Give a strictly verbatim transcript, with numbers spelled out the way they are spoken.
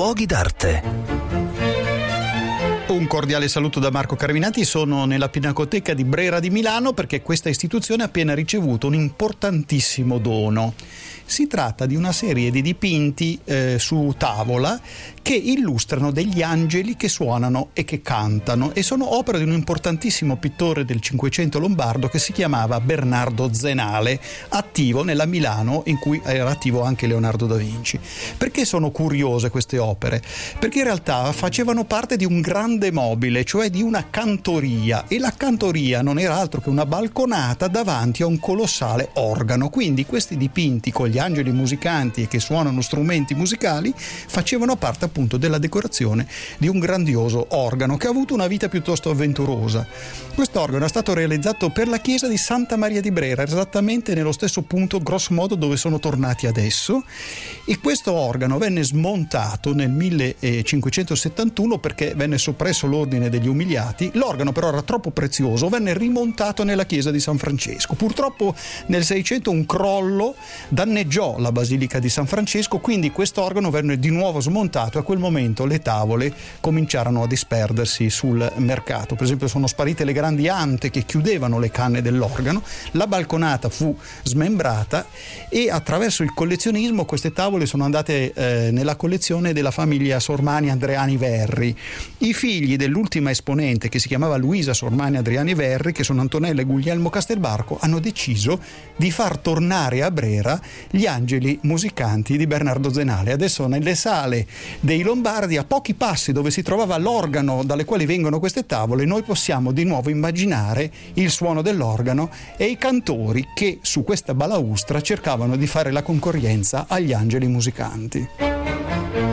Luoghi d'arte. Un cordiale saluto da Marco Carminati, sono nella Pinacoteca di Brera di Milano perché questa istituzione ha appena ricevuto un importantissimo dono. Si tratta di una serie di dipinti eh, su tavola che illustrano degli angeli che suonano e che cantano, e sono opera di un importantissimo pittore del Cinquecento lombardo che si chiamava Bernardo Zenale, attivo nella Milano in cui era attivo anche Leonardo da Vinci. Perché sono curiose queste opere? Perché in realtà facevano parte di un grande mobile, cioè di una cantoria, e la cantoria non era altro che una balconata davanti a un colossale organo. Quindi questi dipinti con gli angeli musicanti e che suonano strumenti musicali facevano parte appunto della decorazione di un grandioso organo che ha avuto una vita piuttosto avventurosa. Questo organo è stato realizzato per la chiesa di Santa Maria di Brera, esattamente nello stesso punto grosso modo dove sono tornati adesso, e questo organo venne smontato nel millecinquecentosettantuno perché venne soppresso l'ordine degli umiliati. L'organo però era troppo prezioso, venne rimontato nella chiesa di San Francesco. Purtroppo nel Seicento un crollo danneggiò la basilica di San Francesco, quindi questo organo venne di nuovo smontato e a quel momento le tavole cominciarono a disperdersi sul mercato. Per esempio sono sparite le grandi ante che chiudevano le canne dell'organo, la balconata fu smembrata e attraverso il collezionismo queste tavole sono andate eh, nella collezione della famiglia Sormani Andreani Verri. I figli dell'ultima esponente, che si chiamava Luisa Sormani Andreani Verri, che sono Antonella e Guglielmo Castelbarco, hanno deciso di far tornare a Brera gli angeli musicanti di Bernardo Zenale. Adesso nelle sale dei Lombardi, a pochi passi dove si trovava l'organo dalle quali vengono queste tavole, noi possiamo di nuovo immaginare il suono dell'organo e i cantori che su questa balaustra cercavano di fare la concorrenza agli angeli musicanti.